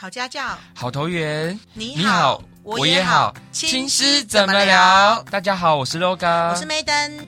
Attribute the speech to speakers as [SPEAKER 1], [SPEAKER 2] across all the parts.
[SPEAKER 1] 好家教，
[SPEAKER 2] 好投缘，
[SPEAKER 1] 你好，
[SPEAKER 2] 我也好，亲师怎么聊？大家好，我是 Loga，
[SPEAKER 1] 我是梅登。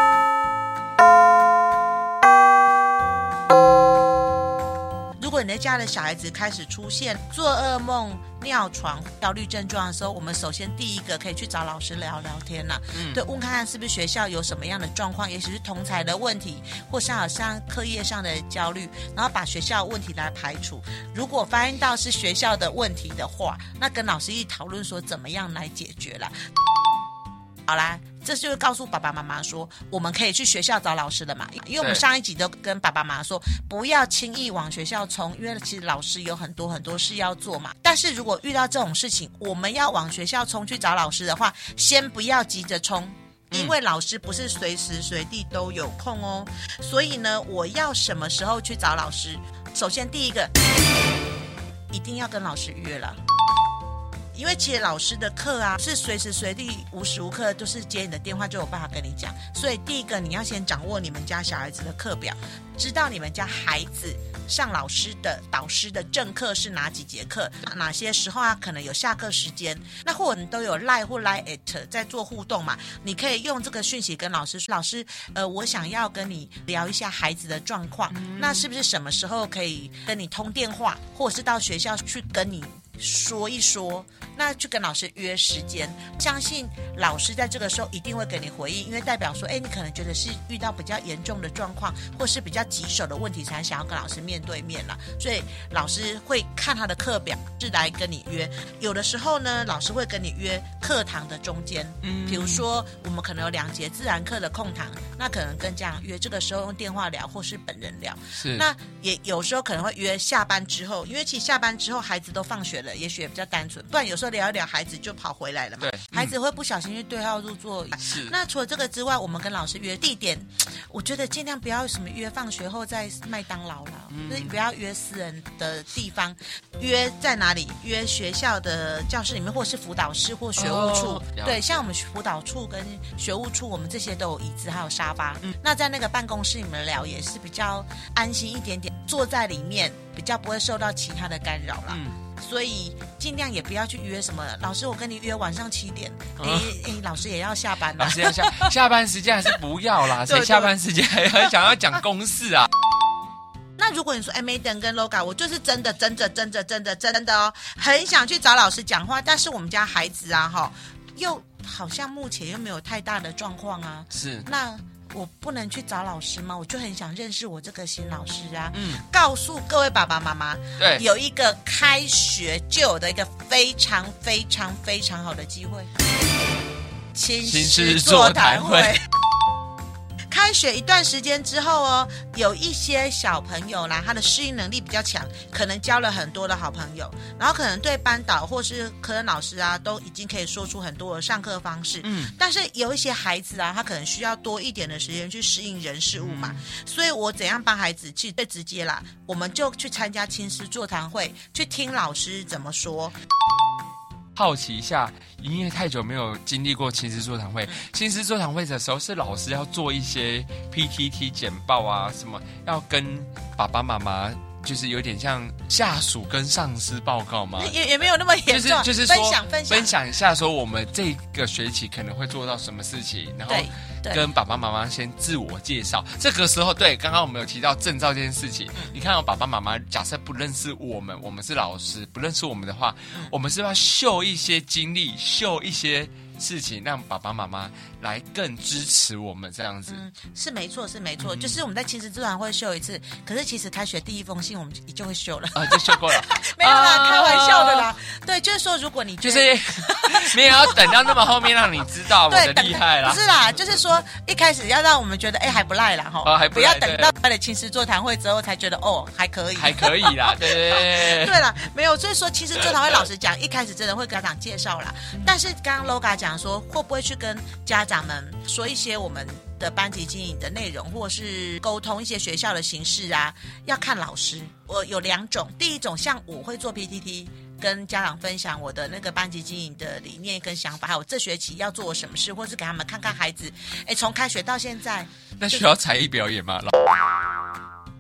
[SPEAKER 1] 如果你的家的小孩子开始出现做噩梦、尿床、焦虑症状的时候，我们首先第一个可以去找老师聊聊天啦。对，问看看是不是学校有什么样的状况，也许是同侪的问题，或是好像课业上的焦虑，然后把学校的问题来排除。如果发现到是学校的问题的话，那跟老师一讨论说怎么样来解决啦。好啦，这就是告诉爸爸妈妈说，我们可以去学校找老师的嘛，因为我们上一集都跟爸爸妈妈说，不要轻易往学校冲，因为其实老师有很多事要做嘛。但是如果遇到这种事情，我们要往学校冲去找老师的话，先不要急着冲，因为老师不是随时随地都有空哦。所以呢，我要什么时候去找老师？首先第一个，一定要跟老师约了。因为其实老师的课啊，是随时随地无时无刻都是接你的电话就有办法跟你讲，所以第一个你要先掌握你们家小孩子的课表，知道你们家孩子上老师的导师的正课是哪几节课，哪些时候啊可能有下课时间，那或者你都有 Line 或 Line@ 在做互动嘛，你可以用这个讯息跟老师说，老师我想要跟你聊一下孩子的状况，那是不是什么时候可以跟你通电话，或者是到学校去跟你说一说，那去跟老师约时间，相信老师在这个时候一定会给你回应，因为代表说，你可能觉得是遇到比较严重的状况，或是比较棘手的问题，才想要跟老师面对面啦。所以老师会看他的课表，是来跟你约。有的时候呢，老师会跟你约课堂的中间，比如说我们可能有2节自然课的空堂，那可能跟家长约，这个时候用电话聊，或是本人聊。
[SPEAKER 2] 是，
[SPEAKER 1] 那也有时候可能会约下班之后，因为其实下班之后孩子都放学了。也许也比较单纯，不然有时候聊一聊孩子就跑回来了嘛。对，孩子会不小心去对号入座。
[SPEAKER 2] 是。
[SPEAKER 1] 那除了这个之外，我们跟老师约地点，我觉得尽量不要什么约放学后在麦当劳啦，就是不要约私人的地方，约在哪里？约学校的教室里面，或是辅导室或学务处。对，像我们辅导处跟学务处，我们这些都有椅子还有沙发。那在那个办公室里面聊也是比较安心一点点，坐在里面比较不会受到其他的干扰啦。所以尽量也不要去约什么老师，我跟你约晚上7点，老师也要下班了，
[SPEAKER 2] 老师要下班时间还是不要啦，谁下班时间还想要讲公事啊？
[SPEAKER 1] 那如果你说Maiden 跟 Loga， 我就是真的哦，很想去找老师讲话，但是我们家孩子啊又好像目前又没有太大的状况啊，
[SPEAKER 2] 是
[SPEAKER 1] 那我不能去找老师吗？我就很想认识我这个新老师啊。告诉各位爸爸妈妈，对，有一个开学就有的一个非常非常非常好的机会，亲师座谈会。开学一段时间之后哦，有一些小朋友啦，他的适应能力比较强，可能交了很多的好朋友，然后可能对班导或是科任老师啊，都已经可以说出很多的上课方式。但是有一些孩子啊，他可能需要多一点的时间去适应人事物嘛，所以我怎样帮孩子去最直接啦，我们就去参加亲师座谈会，去听老师怎么说。
[SPEAKER 2] 好奇一下，因为太久没有经历过亲师座谈会。亲师座谈会的时候，是老师要做一些 PTT 简报啊，什么要跟爸爸妈妈，就是有点像下属跟上司报告吗？
[SPEAKER 1] 也没有那么严重，
[SPEAKER 2] 就是说
[SPEAKER 1] 分享
[SPEAKER 2] 一下，说我们这个学期可能会做到什么事情，然后跟爸爸妈妈先自我介绍。这个时候，对，刚刚我们有提到证照这件事情。你看爸爸妈妈假设不认识我们是老师，不认识我们的话，我们是要秀一些经历，秀一些事情，让爸爸妈妈来更支持我们这样子。
[SPEAKER 1] 是没错，就是我们在亲师座谈会秀一次，可是其实开学第一封信我们就会秀了
[SPEAKER 2] 就秀过了
[SPEAKER 1] 没有啦，开玩笑的啦。对，就是说如果你
[SPEAKER 2] 就是没有要等到那么后面让你知道我的厉害啦，
[SPEAKER 1] 不是啦，就是说一开始要让我们觉得还不赖啦不要等到开了亲师座谈会之后才觉得还可以
[SPEAKER 2] 啦，对
[SPEAKER 1] 对啦，没有，所以说亲师座谈会老实讲，一开始真的会跟家长介绍啦，但是刚刚 Loga 讲说会不会去跟家长们说一些我们的班级经营的内容，或者是沟通一些学校的形式啊，要看老师。我有2种，第一种像我会做 PTT， 跟家长分享我的那个班级经营的理念跟想法，还有这学期要做什么事，或是给他们看看孩子，从开学到现在。
[SPEAKER 2] 那需要才艺表演吗？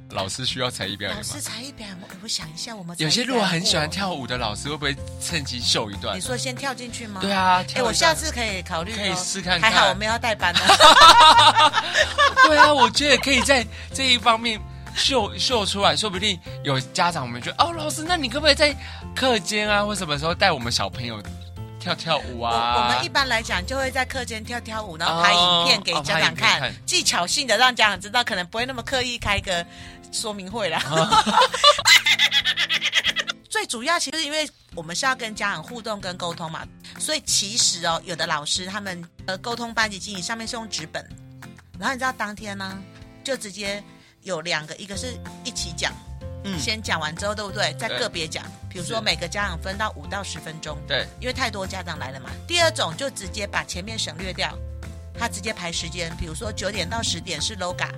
[SPEAKER 2] 老师需要才艺表演吗？
[SPEAKER 1] 老师才艺表演，我想一下，我们
[SPEAKER 2] 有些如果很喜欢跳舞的老师，会不会趁机秀一段？
[SPEAKER 1] 你说先跳进去吗？
[SPEAKER 2] 对啊，
[SPEAKER 1] 我下次可以考虑，
[SPEAKER 2] 可以试看看。
[SPEAKER 1] 还好我们要带班的。
[SPEAKER 2] 对啊，我觉得可以在这一方面秀出来，说不定有家长们觉得，老师，那你可不可以在课间啊，或什么时候带我们小朋友跳舞啊？
[SPEAKER 1] 我们一般来讲就会在课间跳舞，然后拍影片给家长看，技巧性的让家长知道，可能不会那么刻意开个说明会啦。最主要其实因为我们是要跟家长互动跟沟通嘛，所以其实有的老师他们沟通班级经营上面是用纸本，然后你知道当天呢就直接有2个，一个是一起讲。先讲完之后，对不对？再个别讲，比如说每个家长分到5到10分钟，
[SPEAKER 2] 对，
[SPEAKER 1] 因为太多家长来了嘛。第二种就直接把前面省略掉，他直接排时间，比如说9点到10点是 Loga，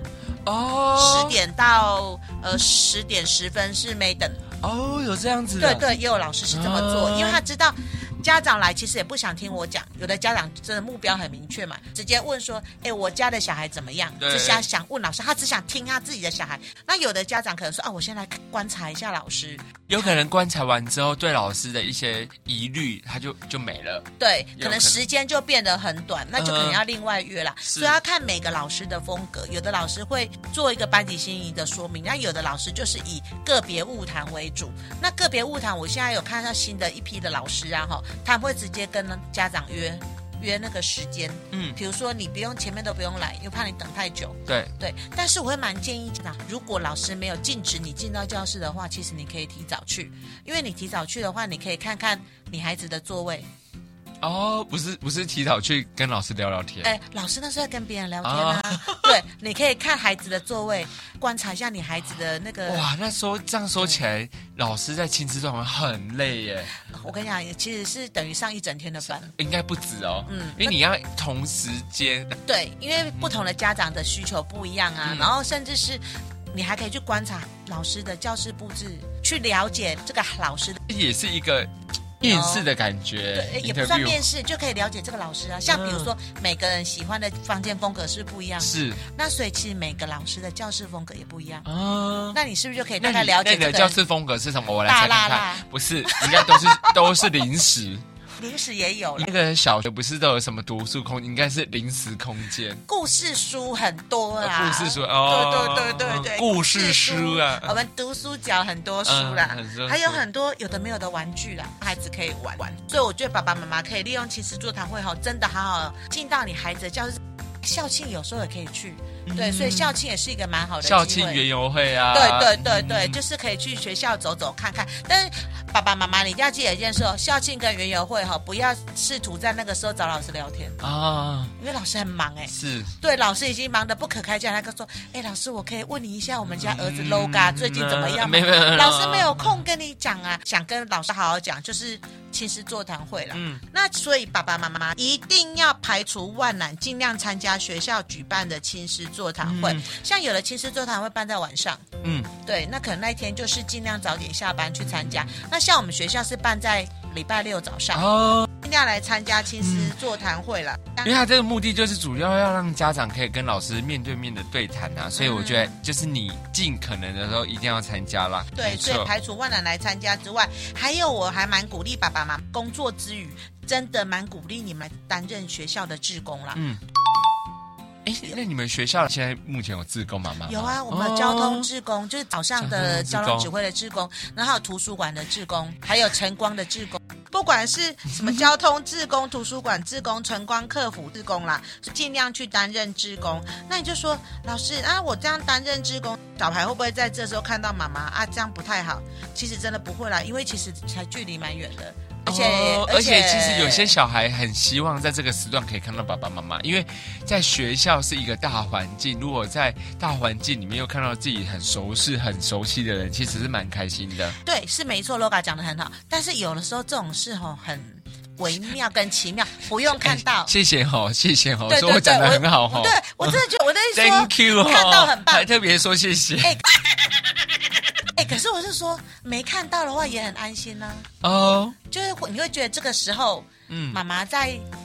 [SPEAKER 1] 10点到10点10分是 Maiden。
[SPEAKER 2] 有这样子的。
[SPEAKER 1] 对，也有老师是这么做，因为他知道家长来其实也不想听我讲，有的家长真的目标很明确嘛，直接问说，我家的小孩怎么样？只想问老师，他只想听他自己的小孩。那有的家长可能说，我先来观察一下老师，
[SPEAKER 2] 有可能观察完之后，对老师的一些疑虑，他就没了。
[SPEAKER 1] 对，可能时间就变得很短，那就可能要另外约啦。所以要看每个老师的风格，有的老师会做一个班级经营的说明，那有的老师就是以个别晤谈为主。那个别晤谈，我现在有看到新的一批的老师啊，他们会直接跟家长约那个时间，比如说你前面都不用来，又怕你等太久。
[SPEAKER 2] 对，
[SPEAKER 1] 但是我会蛮建议家长，如果老师没有禁止你进到教室的话，其实你可以提早去，因为你提早去的话，你可以看看你孩子的座位。
[SPEAKER 2] 不是提早去跟老师聊聊天。
[SPEAKER 1] 老师那时候跟别人聊天啊。对，你可以看孩子的座位，观察一下你孩子的那个。
[SPEAKER 2] 哇，这样说起来，老师在亲子座谈很累耶。
[SPEAKER 1] 我跟你讲，其实是等于上一整天的班。
[SPEAKER 2] 应该不止哦。因为你要同时间。
[SPEAKER 1] 对，因为不同的家长的需求不一样啊，然后甚至是你还可以去观察老师的教室布置，去了解这个老师的。
[SPEAKER 2] 也是一个面试的感觉。
[SPEAKER 1] 对，也不算面试，就可以了解这个老师啊。像比如说每个人喜欢的房间风格是不一样，
[SPEAKER 2] 是。
[SPEAKER 1] 那所以其实每个老师的教室风格也不一样。那你是不是就可以大概了解
[SPEAKER 2] 这个？那你的教室风格是什么？我来猜看看。不是，应该都是零食。
[SPEAKER 1] 零食也有了。
[SPEAKER 2] 那个小学不是都有什么读书空，应该是零食空间。
[SPEAKER 1] 故事书很多啦。
[SPEAKER 2] 故事书
[SPEAKER 1] 对，
[SPEAKER 2] 故事书啊。
[SPEAKER 1] 我们读书角很多书啦，还有很多有的没有的玩具啦，孩子可以玩。所以我觉得爸爸妈妈可以利用亲子座谈会真的好好进到你孩子的教室。校庆有时候也可以去，对，所以校庆也是一个蛮好的机会。
[SPEAKER 2] 校庆园游会啊，
[SPEAKER 1] 对，就是可以去学校走走看看。但是爸爸妈妈，你一定要记得一件事校庆跟园游会不要试图在那个时候找老师聊天啊，因为老师很忙
[SPEAKER 2] 是，
[SPEAKER 1] 对，老师已经忙得不可开交。他说，老师，我可以问你一下，我们家儿子 Loga 最近怎么样吗？老师没有空跟你讲啊，想跟老师好好讲，就是亲师座谈会了。那所以爸爸妈妈一定要排除万难，尽量参加学校举办的亲师座谈会。像有的亲师座谈会办在晚上，对，那可能那一天就是尽量早点下班去参加。那像我们学校是办在礼拜6早上，尽量来参加亲师座谈会了。
[SPEAKER 2] 因为他这个目的就是主要要让家长可以跟老师面对面的对谈啊，所以我觉得就是你尽可能的时候一定要参加啦。
[SPEAKER 1] 对，所以排除万难来参加之外，还有我还蛮鼓励爸爸妈妈工作之余，真的蛮鼓励你们担任学校的志工啦。
[SPEAKER 2] 那你们学校现在目前有志工妈妈吗？
[SPEAKER 1] 有啊，我们有交通志工，就是早上的交通指挥的志工，然后还有图书馆的志工，还有晨光的志工。不管是什么交通志工、图书馆志工、晨光客服志工啦，尽量去担任志工。那你就说，老师啊，我这样担任志工，小孩会不会在这时候看到妈妈啊？这样不太好。其实真的不会啦，因为其实才距离蛮远的。而且
[SPEAKER 2] 其实有些小孩很希望在这个时段可以看到爸爸妈妈，因为在学校是一个大环境，如果在大环境里面又看到自己很熟悉的人，其实是蛮开心的。
[SPEAKER 1] 对，是没错 ，Loga 讲得很好。但是有的时候这种事很微妙跟奇妙，不用看到。
[SPEAKER 2] 谢谢说我讲得很好
[SPEAKER 1] 对，我真的觉得我在说
[SPEAKER 2] ，Thank you
[SPEAKER 1] 看到很棒，
[SPEAKER 2] 还特别说谢谢。
[SPEAKER 1] 可是我是说，没看到的话也很安心呢。就是你会觉得这个时候，妈妈在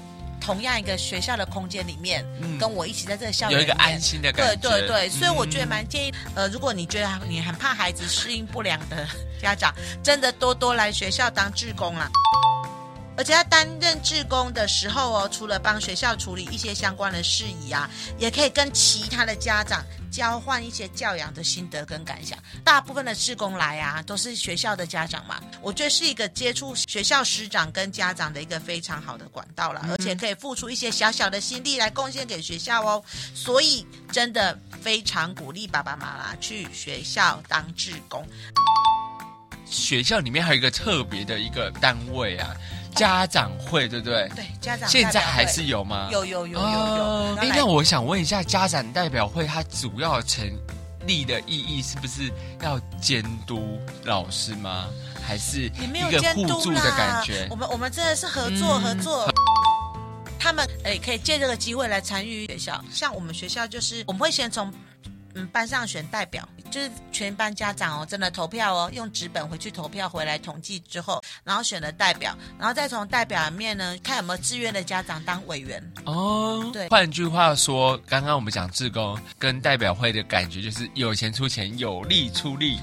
[SPEAKER 1] 同样一个学校的空间里面，跟我一起在这个校园
[SPEAKER 2] 有一个安心的感觉。
[SPEAKER 1] 对，所以我觉得蛮建议，如果你觉得你很怕孩子适应不良的家长，真的多多来学校当志工啦。而且他担任志工的时候除了帮学校处理一些相关的事宜啊，也可以跟其他的家长交换一些教养的心得跟感想。大部分的志工来啊，都是学校的家长嘛，我觉得是一个接触学校师长跟家长的一个非常好的管道了，而且可以付出一些小小的心力来贡献给学校哦。所以真的非常鼓励爸爸妈妈去学校当志工。
[SPEAKER 2] 学校里面还有一个特别的一个单位啊，家长会，对不对？
[SPEAKER 1] 对，家长
[SPEAKER 2] 现在还是有吗？
[SPEAKER 1] 有。
[SPEAKER 2] 那我想问一下，家长代表会它主要成立的意义是不是要监督老师吗？还是一个互助的感觉？
[SPEAKER 1] 我们真的是合作。他们可以借这个机会来参与学校，像我们学校就是我们会先从班上选代表，就是全班家长真的投票用纸本回去投票，回来统计之后，然后选了代表，然后再从代表里面呢，看有没有自愿的家长当委员。对。
[SPEAKER 2] 换句话说，刚刚我们讲志工跟代表会的感觉，就是有钱出钱，有力出力。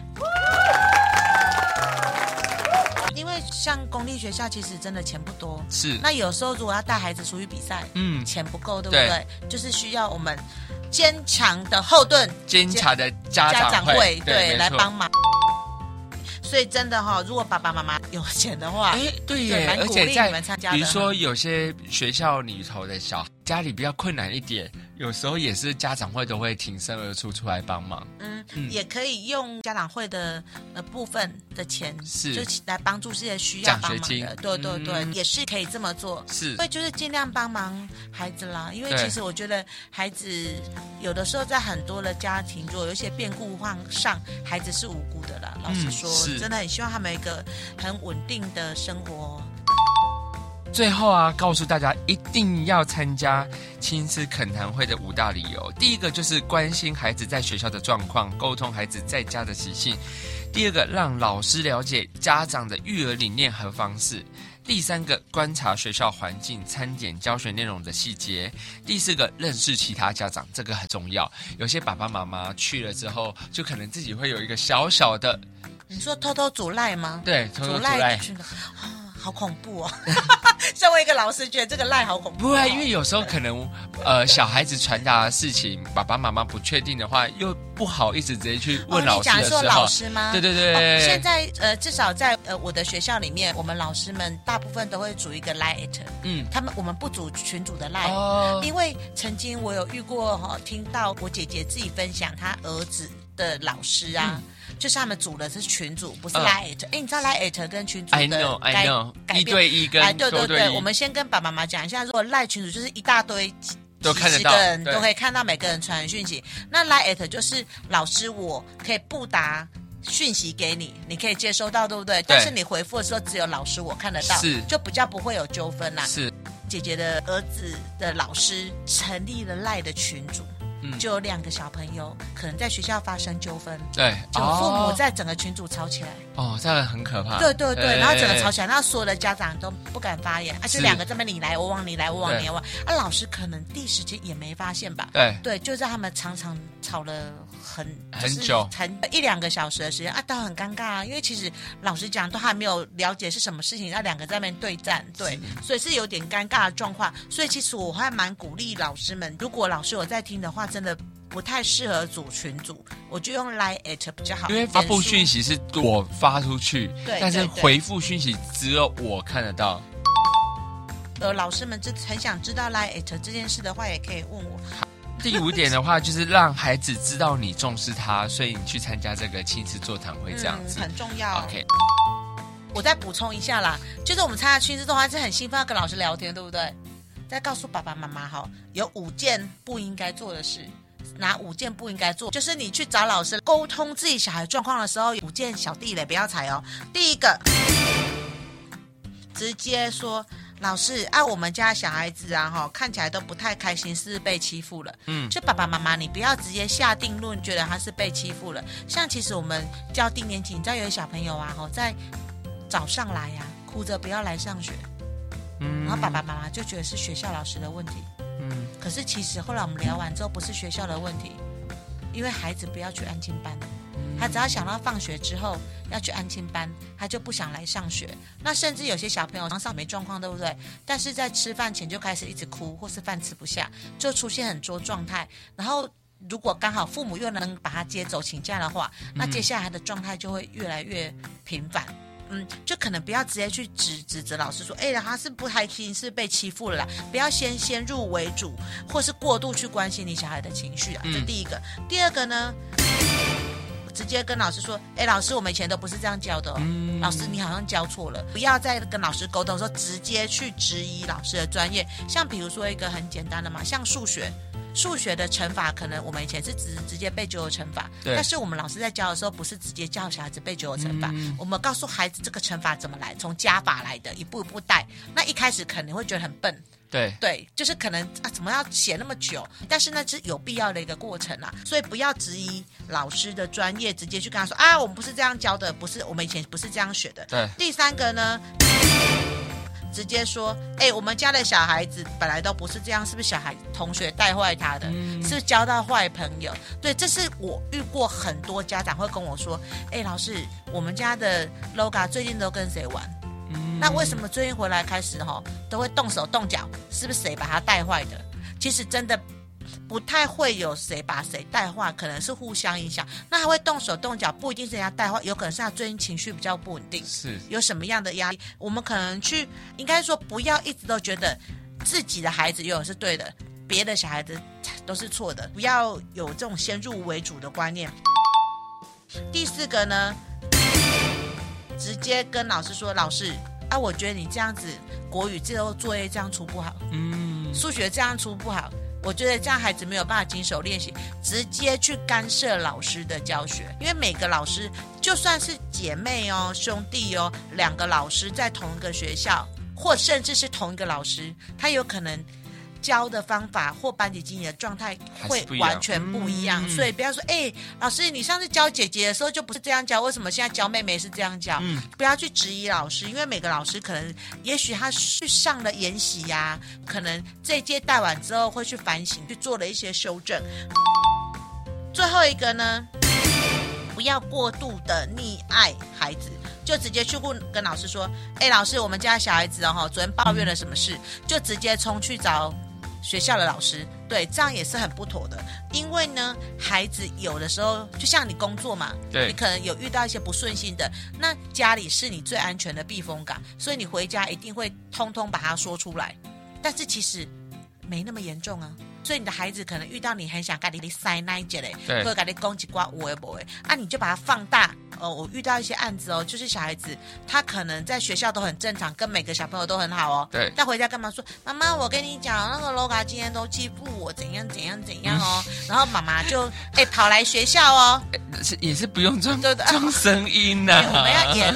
[SPEAKER 1] 因为像公立学校其实真的钱不多，
[SPEAKER 2] 是。
[SPEAKER 1] 那有时候如果要带孩子出去比赛，钱不够，对不对？就是需要我们坚强的后盾，
[SPEAKER 2] 坚强的家长会，
[SPEAKER 1] 对，来帮忙。所以真的如果爸爸妈妈有钱的话，
[SPEAKER 2] 对耶，
[SPEAKER 1] 蛮鼓励你们参加的。
[SPEAKER 2] 比如说有些学校里头的小孩家里比较困难一点，有时候也是家长会都会挺身而出来帮忙。
[SPEAKER 1] 也可以用家长会的部分的钱，
[SPEAKER 2] 是
[SPEAKER 1] 就来帮助这些需要帮忙的。对，也是可以这么做。
[SPEAKER 2] 是，
[SPEAKER 1] 会就是尽量帮忙孩子啦，因为其实我觉得孩子有的时候在很多的家庭，如果有一些变故上，孩子是无辜的啦。老实说，真的很希望他们有一个很稳定的生活。
[SPEAKER 2] 最后告诉大家一定要参加亲子恳谈会的5大理由。第一个就是关心孩子在学校的状况，沟通孩子在家的习性。第二个，让老师了解家长的育儿理念和方式。第三个，观察学校环境、餐点、教学内容的细节。第四个，认识其他家长，这个很重要。有些爸爸妈妈去了之后，就可能自己会有一个小小的，
[SPEAKER 1] 你说偷偷煮赖吗？
[SPEAKER 2] 对，偷偷煮赖。
[SPEAKER 1] 好恐怖身为一个老师觉得这个赖好恐怖。
[SPEAKER 2] 不会，因为有时候可能小孩子传达的事情爸爸妈妈不确定的话，又不好意思直接去问老师的时候。你讲说老
[SPEAKER 1] 师吗？
[SPEAKER 2] 对。
[SPEAKER 1] 现在至少在我的学校里面，我们老师们大部分都会组一个 Line， 我们不组群组的 Line，因为曾经我有遇过听到我姐姐自己分享她儿子的老师就是他们组的是群组，不是 Line。你知道 Line 跟群组的
[SPEAKER 2] I know 1对1跟多对1。
[SPEAKER 1] 我们先跟爸爸妈妈讲一下，如果 Line 群组就是一大堆
[SPEAKER 2] 都看得到，
[SPEAKER 1] 几十个人都可以看到每个人传讯息。那 Line 就是老师我可以布达讯息给你，你可以接收到，对不对？但是你回复的时候只有老师我看得到，就比较不会有纠纷啦。
[SPEAKER 2] 是
[SPEAKER 1] 姐姐的儿子的老师成立了 Line 的群组。就有2个小朋友可能在学校发生纠纷，
[SPEAKER 2] 对，
[SPEAKER 1] 就父母在整个群组吵起来，
[SPEAKER 2] 这样很可怕。
[SPEAKER 1] 对，然后整个吵起来，然后所有的家长都不敢发言，就2个这边你来我往，你来我往，你来我往，老师可能第一时间也没发现吧？对，就在他们常常吵了很
[SPEAKER 2] 久，
[SPEAKER 1] 才1-2个小时的时间都很尴尬因为其实老实讲都还没有了解是什么事情，那2个在那边对战，对，所以是有点尴尬的状况。所以其实我还蛮鼓励老师们，如果老师有在听的话，真的不太适合组群组，我就用 Line@ 比较好。
[SPEAKER 2] 因为发布讯息是我发出去，但是回复讯息只有我看得到。
[SPEAKER 1] 老师们很想知道 Line@ 这件事的话，也可以问我。
[SPEAKER 2] 第5点的话，就是让孩子知道你重视他，所以你去参加这个亲子座谈会，这样子
[SPEAKER 1] 很重要。
[SPEAKER 2] OK，
[SPEAKER 1] 我再补充一下啦，就是我们参加亲子座谈会是很兴奋要跟老师聊天，对不对？再告诉爸爸妈妈有5件不应该做的事。哪5件不应该做？就是你去找老师沟通自己小孩状况的时候，有5件小地雷不要踩第一个，直接说老师我们家小孩子看起来都不太开心，是不是被欺负了？就爸爸妈妈你不要直接下定论，觉得他是被欺负了。像其实我们教低年级，你知道有些小朋友在早上来哭着不要来上学。 然后爸爸妈妈就觉得是学校老师的问题。可是其实后来我们聊完之后，不是学校的问题，因为孩子不要去安亲班，他只要想到放学之后要去安亲班，他就不想来上学。那甚至有些小朋友上没状况，对不对？但是在吃饭前就开始一直哭，或是饭吃不下，就出现很多状态。然后如果刚好父母又能把他接走请假的话，那接下来的状态就会越来越频繁。就可能不要直接去指责老师说，他是不开心，是被欺负了啦，不要先入为主，或是过度去关心你小孩的情绪啊。这第一个。第二个呢，直接跟老师说，老师我们以前都不是这样教的老师你好像教错了。不要再跟老师沟通说直接去质疑老师的专业。像比如说一个很简单的嘛，像数学的乘法，可能我们以前是直接背9的乘法，但是我们老师在教的时候不是直接教小孩子背9的乘法，我们告诉孩子这个乘法怎么来，从加法来的，一步一步带。那一开始可能会觉得很笨，对，就是可能怎么要写那么久，但是那是有必要的一个过程啦。所以不要质疑老师的专业，直接去跟他说我们不是这样教的，不是我们以前不是这样学的。
[SPEAKER 2] 对。
[SPEAKER 1] 第三个呢，直接说，我们家的小孩子本来都不是这样，是不是小孩同学带坏他的？是不是交到坏朋友？对，这是我遇过很多家长会跟我说，老师，我们家的 Loga 最近都跟谁玩？那为什么最近回来开始都会动手动脚？是不是谁把他带坏的？其实真的不太会有谁把谁带坏，可能是互相影响。那他会动手动脚，不一定是人家带坏，有可能是他最近情绪比较不稳定，
[SPEAKER 2] 是
[SPEAKER 1] 有什么样的压力，我们可能应该说不要一直都觉得自己的孩子永远是对的，别的小孩子都是错的，不要有这种先入为主的观念。第四个呢，直接跟老师说，老师我觉得你这样子国语最后作业这样出不好，数学这样出不好，我觉得这样孩子没有办法经手练习，直接去干涉老师的教学。因为每个老师就算是姐妹兄弟2个老师在同一个学校，或甚至是同一个老师，他有可能教的方法或班级经营的状态会完全不一样。所以不要说老师你上次教姐姐的时候就不是这样教，为什么现在教妹妹是这样教？不要去质疑老师，因为每个老师可能也许他去上了研习呀，可能这一届带完之后会去反省，去做了一些修正。最后一个呢，不要过度的溺爱孩子，就直接去跟老师说，老师我们家小孩子昨天抱怨了什么事，就直接冲去找学校的老师。对，这样也是很不妥的。因为呢，孩子有的时候就像你工作嘛，你可能有遇到一些不顺心的，那家里是你最安全的避风港，所以你回家一定会通通把它说出来。但是其实没那么严重啊，所以你的孩子可能遇到你很想跟你塞那一节嘞，或者跟你攻击瓜无为不为你就把它放大。我遇到一些案子就是小孩子他可能在学校都很正常，跟每个小朋友都很好
[SPEAKER 2] 对，
[SPEAKER 1] 但回家干嘛说，妈妈我跟你讲那个 Loga 今天都欺负我怎样怎样怎样然后妈妈就跑来学校
[SPEAKER 2] 也是不用装声音啊
[SPEAKER 1] 我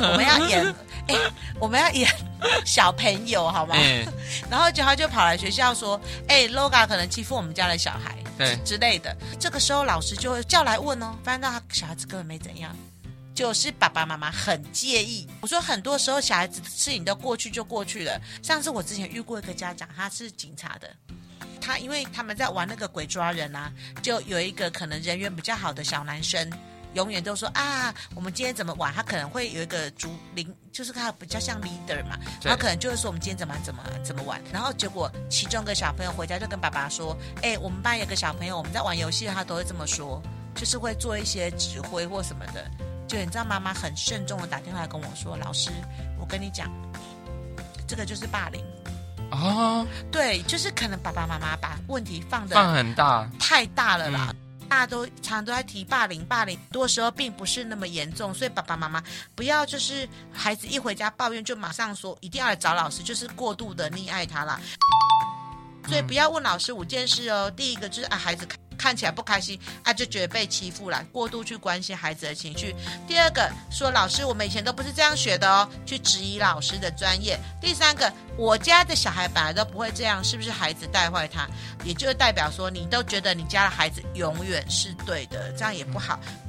[SPEAKER 1] 们要演小朋友好吗然后他就跑来学校说Loga 可能欺负我们家的小孩之类的。这个时候老师就会叫来问发现到他小孩子根本没怎样，就是爸爸妈妈很介意。我说很多时候小孩子的事情都过去就过去了。上次我之前遇过一个家长，他是警察的，他因为他们在玩那个鬼抓人就有一个可能人缘比较好的小男生，永远都说我们今天怎么玩，他可能会有一个就是他比较像 leader 嘛，然后可能就会说我们今天怎么玩。然后结果其中一个小朋友回家就跟爸爸说，我们班有个小朋友我们在玩游戏他都会这么说，就是会做一些指挥或什么的。就你知道妈妈很慎重的打电话来跟我说，老师我跟你讲这个就是霸凌对，就是可能爸爸妈妈把问题放
[SPEAKER 2] 很大，
[SPEAKER 1] 太大了啦大家都常常都在提霸凌，多时候并不是那么严重，所以爸爸妈妈不要就是孩子一回家抱怨就马上说一定要来找老师，就是过度的溺爱他啦。所以不要问老师5件事第一个就是孩子看起来不开心就觉得被欺负了，过度去关心孩子的情绪。第二个说老师我们以前都不是这样学的去质疑老师的专业。第三个我家的小孩本来都不会这样，是不是孩子带坏他，也就是代表说你都觉得你家的孩子永远是对的，这样也不好。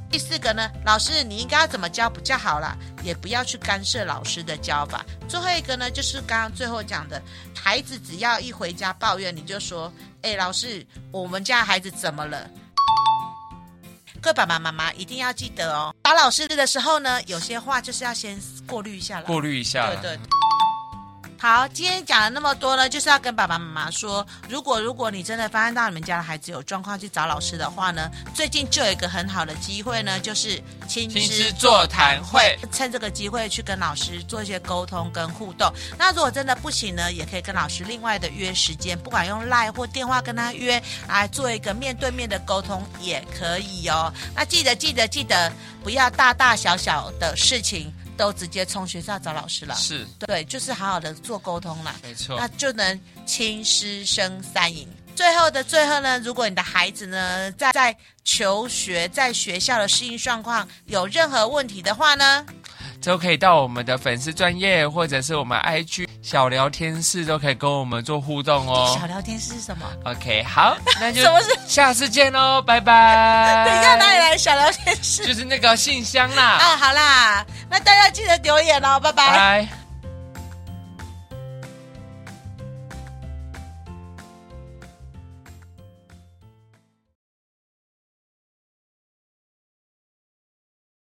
[SPEAKER 1] 第4个呢，老师你应该要怎么教比较好啦，也不要去干涉老师的教法。最后一个呢，就是刚刚最后讲的，孩子只要一回家抱怨，你就说，老师，我们家孩子怎么了？各位爸爸妈妈一定要记得哦，打老师的时候呢，有些话就是要先过滤一下了。
[SPEAKER 2] 过滤一下。
[SPEAKER 1] 对对。好，今天讲了那么多呢，就是要跟爸爸妈妈说，如果你真的发现到你们家的孩子有状况去找老师的话呢，最近就有一个很好的机会呢，就是亲师座谈会，趁这个机会去跟老师做一些沟通跟互动。那如果真的不行呢，也可以跟老师另外的约时间，不管用 LINE 或电话跟他约，来做一个面对面的沟通也可以哦。那记得不要大大小小的事情都直接从学校找老师了，
[SPEAKER 2] 是
[SPEAKER 1] 对，就是好好的做沟通啦，
[SPEAKER 2] 没错，
[SPEAKER 1] 那就能亲师生三赢。最后呢，如果你的孩子呢在求学在学校的适应状况有任何问题的话呢，
[SPEAKER 2] 都可以到我们的粉丝专页或者是我们 IG 小聊天室都可以跟我们做互动哦。
[SPEAKER 1] 小聊天室是什么
[SPEAKER 2] ？OK， 好，那就
[SPEAKER 1] 什么是
[SPEAKER 2] 下次见喽，拜拜。
[SPEAKER 1] 等一下哪里来小聊天室？
[SPEAKER 2] 就是那个信箱啦。
[SPEAKER 1] 好啦，那大家记得留言哦，拜拜。
[SPEAKER 2] 拜。